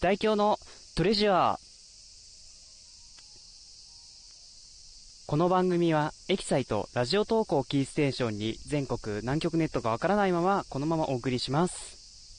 大京のトレジャー。この番組はエキサイトラジオ投稿キーステーションに全国南極ネットがわからないままこのままお送りします。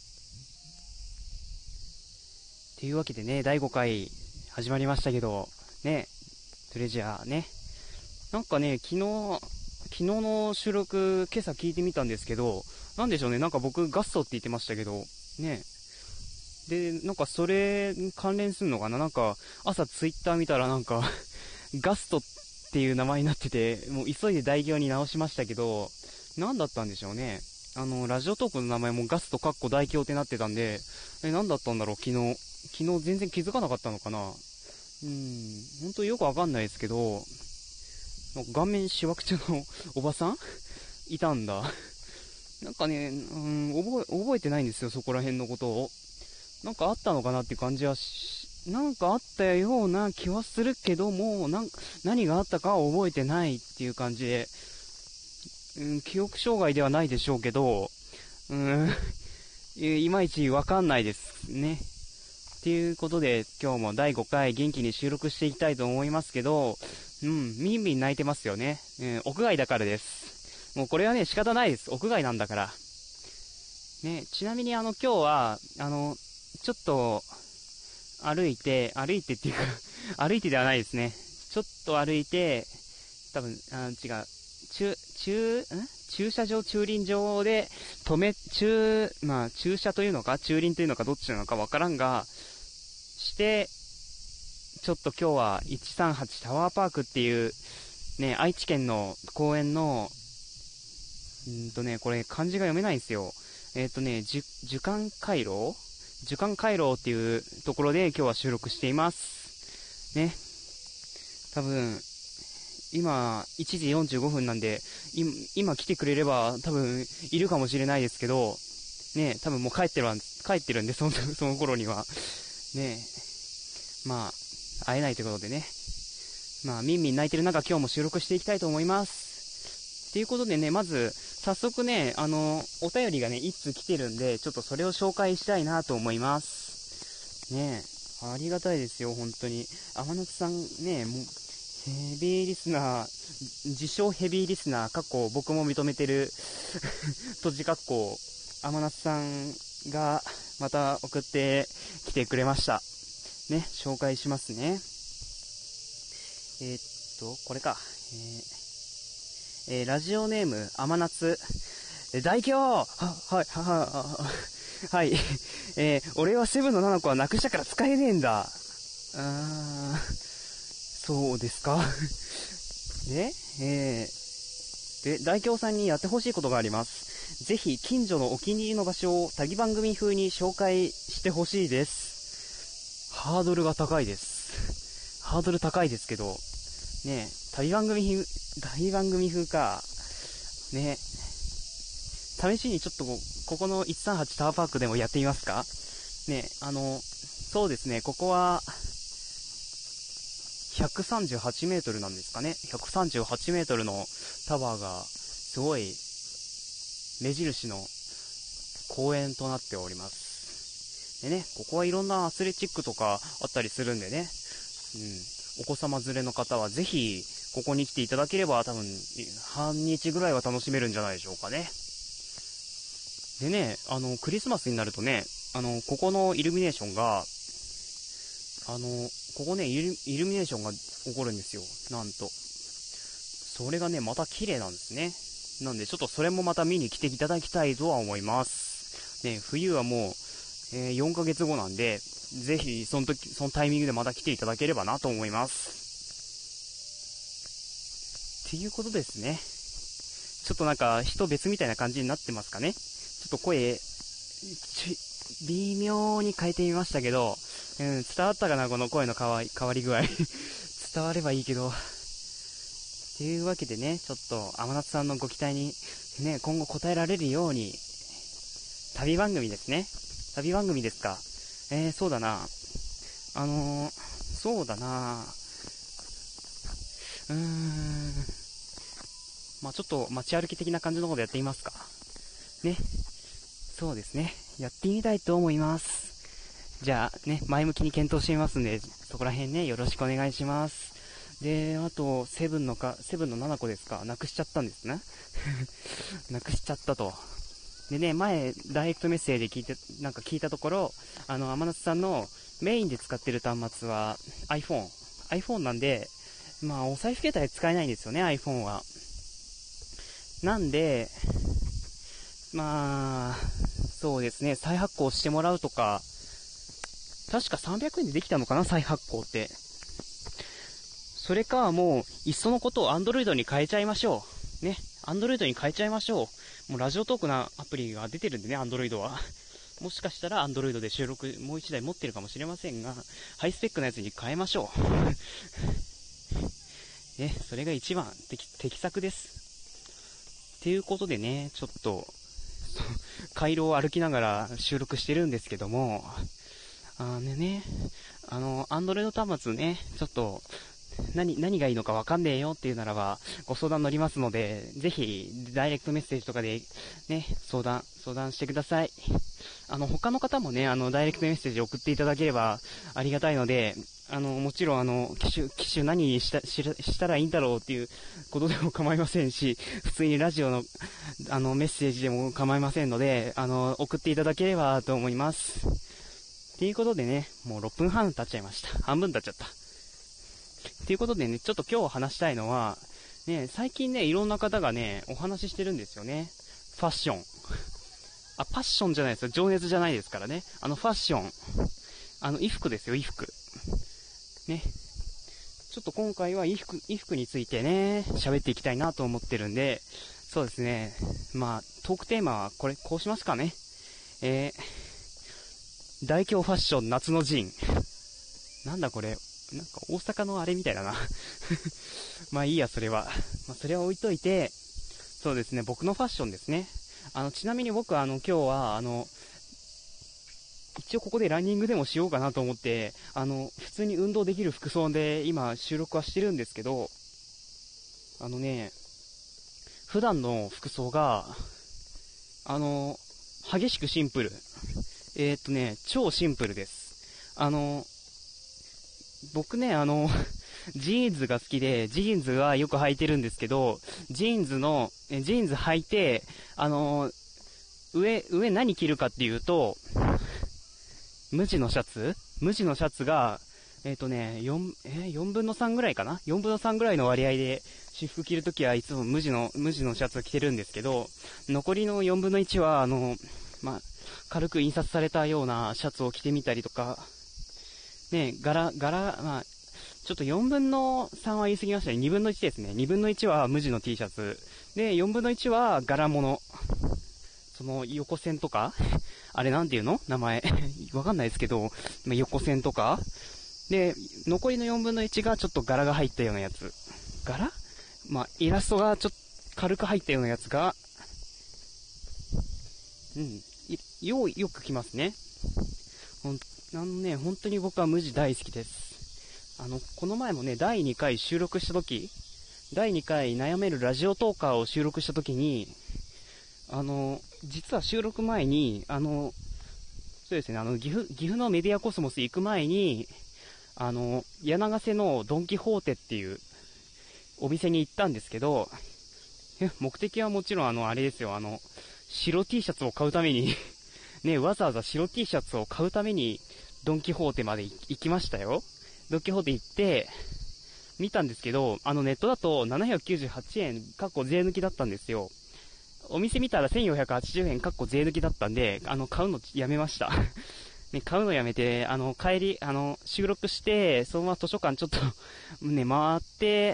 というわけでね、第5回始まりましたけどね、トレジャーね、なんかね、昨日の収録今朝聞いてみたんですけど、なんでしょうね、なんか僕ガストって言ってましたけどね、でなんかそれに関連するのかな、なんか朝ツイッター見たらなんかガストっていう名前になってて、もう急いで代行に直しましたけど、何だったんでしょうね。ラジオトークの名前もガストかっこ代行ってなってたんで、何だったんだろう。昨日全然気づかなかったのかな。本当よくわかんないですけど、顔面しわくちゃのおばさんいたんだ。なんかね、覚えてないんですよ、そこら辺のことを。なんかあったのかなっていう感じはなんかあったような気はするけども、何があったかは覚えてないっていう感じで、記憶障害ではないでしょうけど、いまいちわかんないですね。っていうことで、今日も第5回元気に収録していきたいと思いますけど、みんみん泣いてますよね。屋外だからです。もうこれはね、仕方ないです。屋外なんだから。ね、ちなみに今日は、ちょっと、歩いてっていうか歩いてではないですね。ちょっと歩いて、多分、違う。駐車場、駐輪場で駐車というのか、駐輪というのか、どっちなのかわからんが、して、ちょっと今日は138タワーパークっていう、ね、愛知県の公園の、これ漢字が読めないんですよ。樹間回廊っていうところで今日は収録していますね。多分今1時45分なんで、今来てくれれば多分いるかもしれないですけどね、多分もう帰ってるんで、その頃にはね、まあ会えないということでね、みんみん泣いてる中今日も収録していきたいと思います。ということでね、まず早速ね、お便りがね、一通来てるんで、ちょっとそれを紹介したいなと思います。ねえ、ありがたいですよ、本当に。天夏さんね、もう、ヘビーリスナー、自称ヘビーリスナー、僕も認めてる、閉じ天夏さんがまた送ってきてくれました。ね、紹介しますね。これか。ラジオネーム、天夏。大京はい。俺はセブンの7個はなくしたから使えねえんだ。そうですか。で、大京さんにやってほしいことがあります。ぜひ、近所のお気に入りの場所を旅番組風に紹介してほしいです。ハードル高いですけど、ね、旅番組風か。ね。試しにちょっとここの138タワーパークでもやってみますかね。そうですね、ここは138メートルなんですかね。138メートルのタワーがすごい目印の公園となっております。でね、ここはいろんなアスレチックとかあったりするんでね、お子様連れの方はぜひここに来ていただければ多分半日ぐらいは楽しめるんじゃないでしょうかね。でね、クリスマスになるとね、ここのイルミネーションが、ここね、イルミネーションが起こるんですよ。なんと。それがね、また綺麗なんですね。なんで、ちょっとそれもまた見に来ていただきたいとは思います。ね、冬はもう、4ヶ月後なんで、ぜひ、そのタイミングでまた来ていただければなと思います。っていうことですね。ちょっとなんか、人別みたいな感じになってますかね。ちょっと声、微妙に変えてみましたけど、伝わったかな、この声の変わり具合。伝わればいいけど。っていうわけでね、ちょっと天夏さんのご期待に、ね、今後応えられるように、旅番組ですね。旅番組ですか。そうだな。そうだな。ちょっと街歩き的な感じのことやってみますか。ね。そうですね。やってみたいと思います。 じゃあね、前向きに検討してみますんで、そこら辺ね、よろしくお願いします。で、あと、セブンの7個ですか、なくしちゃったんですね。なくしちゃったと。でね、前、ダイレクトメッセージで聞いたところ、天夏さんのメインで使ってる端末は iPhone なんで、まあ、お財布携帯使えないんですよね、iPhone は。なんで、まあ、そうですね、再発行してもらうとか、確か300円でできたのかな、再発行って。それか、もう、いっそのことを Android に変えちゃいましょう。ね、Android に変えちゃいましょう。もうラジオトークなアプリが出てるんでね、Android は。もしかしたら Android で収録もう一台持ってるかもしれませんが、ハイスペックなやつに変えましょう。ね、それが一番適作です。っていうことでね、ちょっと、回廊を歩きながら収録してるんですけども、Android 端末ね、ちょっと、何がいいのかわかんねえよっていうならば、ご相談乗りますので、ぜひ、ダイレクトメッセージとかで、ね、相談してください。他の方もね、ダイレクトメッセージ送っていただければありがたいので、もちろん、機種何したらいいんだろうっていうことでも構いませんし、普通にラジオの、メッセージでも構いませんので、送っていただければと思います。っていうことでね、もう6分半経っちゃいました。半分経っちゃった。っていうことでね、ちょっと今日話したいのは、ね、最近ね、いろんな方がね、お話ししてるんですよね。ファッション。パッションじゃないですよ。情熱じゃないですからね。ファッション。衣服ですよ、衣服。ね。ちょっと今回は衣服についてね、喋っていきたいなと思ってるんで、そうですね。まあ、トークテーマはこうしますかね。大京ファッション夏の陣。なんだこれ。なんか大阪のあれみたいだな。まあいいや、それは。まあそれは置いといて、そうですね、僕のファッションですね。ちなみに僕今日は、一応ここでランニングでもしようかなと思って、普通に運動できる服装で今収録はしてるんですけど、普段の服装が、激しくシンプル。超シンプルです。僕ね、ジーンズが好きで、ジーンズはよく履いてるんですけど、ジーンズ履いて、上何着るかっていうと、無地のシャツが、4分の3ぐらいかな ?4 分の3ぐらいの割合で、私服着るときはいつも無地のシャツを着てるんですけど、残りの4分の1は、軽く印刷されたようなシャツを着てみたりとか、ね、まあ、ちょっと4分の3は言い過ぎましたね。2分の1ですね。2分の1は無地の T シャツ。で、4分の1は柄物。その横線とかあれなんていうの名前わかんないですけど、横線とかで、残りの4分の1がちょっと柄が入ったようなやつ。柄イラストがちょっと軽く入ったようなやつが、よく着ますね。本当に僕は無地大好きです。この前もね、第2回収録した時、第2回悩めるラジオトーカーを収録した時に、実は収録前に、そうですね、岐阜のメディアコスモス行く前に、柳瀬のドンキホーテっていうお店に行ったんですけど、目的はもちろんあれですよ、白 T シャツを買うためにね、わざわざ白 T シャツを買うために、ドンキホーテまで行きましたよ。ドンキホーテ行って、見たんですけど、ネットだと798円、税抜きだったんですよ。お店見たら1480円、税抜きだったんで、買うのやめました。ね、買うのやめて、帰り、収録して、そのまま図書館ちょっとね、回って、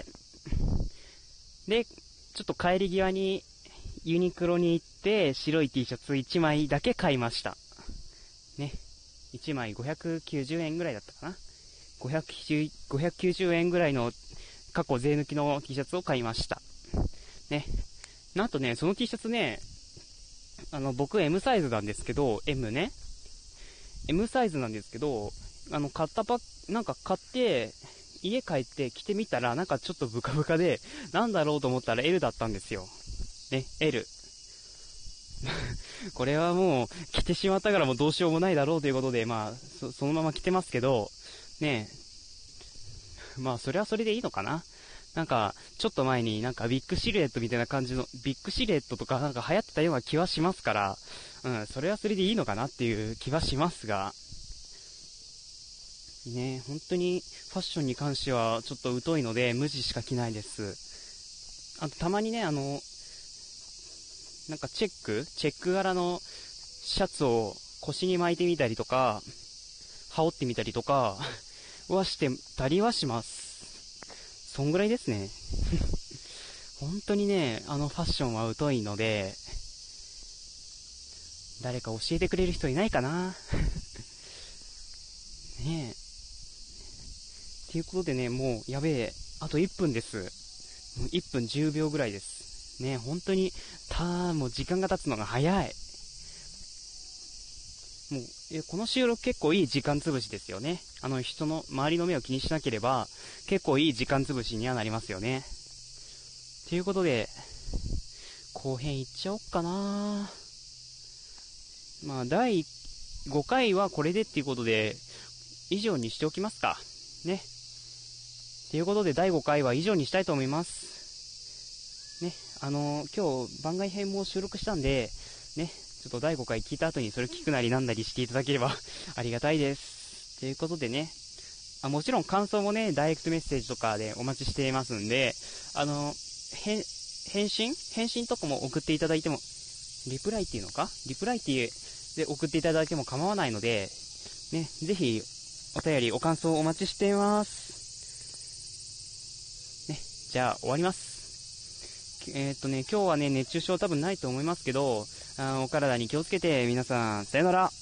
で、ちょっと帰り際に、ユニクロに行って、白い T シャツ1枚だけ買いました。ね。1枚590円ぐらいだったかな。590円ぐらいの税抜きの T シャツを買いました。ね。なんとね、その T シャツね、僕 M サイズなんですけど、M サイズなんですけど、買って、家帰って着てみたら、なんかちょっとブカブカで、なんだろうと思ったら L だったんですよ。ね、L。 これはもう着てしまったからもうどうしようもないだろうということで、まあ、そのまま着てますけど、ねえ、まあそれはそれでいいのかな。なんか、ちょっと前になんかビッグシルエットみたいな感じの、ビッグシルエットとかなんか流行ってたような気はしますから、それはそれでいいのかなっていう気はしますが、ね、本当にファッションに関してはちょっと疎いので無地しか着ないです。あとたまにね、なんかチェック柄のシャツを腰に巻いてみたりとか、羽織ってみたりとかはしてたりはします。そんぐらいですね。本当にね、ファッションは疎いので、誰か教えてくれる人いないかな。ねえ。ということでね、もうやべえ、あと1分です。もう1分10秒ぐらいです。ね、本当に、もう時間が経つのが早い。もう、この収録結構いい時間潰しですよね。人の周りの目を気にしなければ、結構いい時間潰しにはなりますよね。ということで、後編いっちゃおっかな。まあ、第5回はこれでっていうことで、以上にしておきますか。ね。ということで、第5回は以上にしたいと思います。ね。今日、番外編も収録したんで、ね。ちょっと第5回聞いた後にそれ聞くなりなんだりしていただければありがたいです。ということでね。もちろん感想もね、ダイレクトメッセージとかでお待ちしていますんで、返信とかも送っていただいても、リプライっていうのかリプライっていうで送っていただいても構わないので、ね、ぜひ、お便り、お感想お待ちしています。ね、じゃあ終わります。今日はね、熱中症多分ないと思いますけど、お体に気をつけて皆さん、さよなら。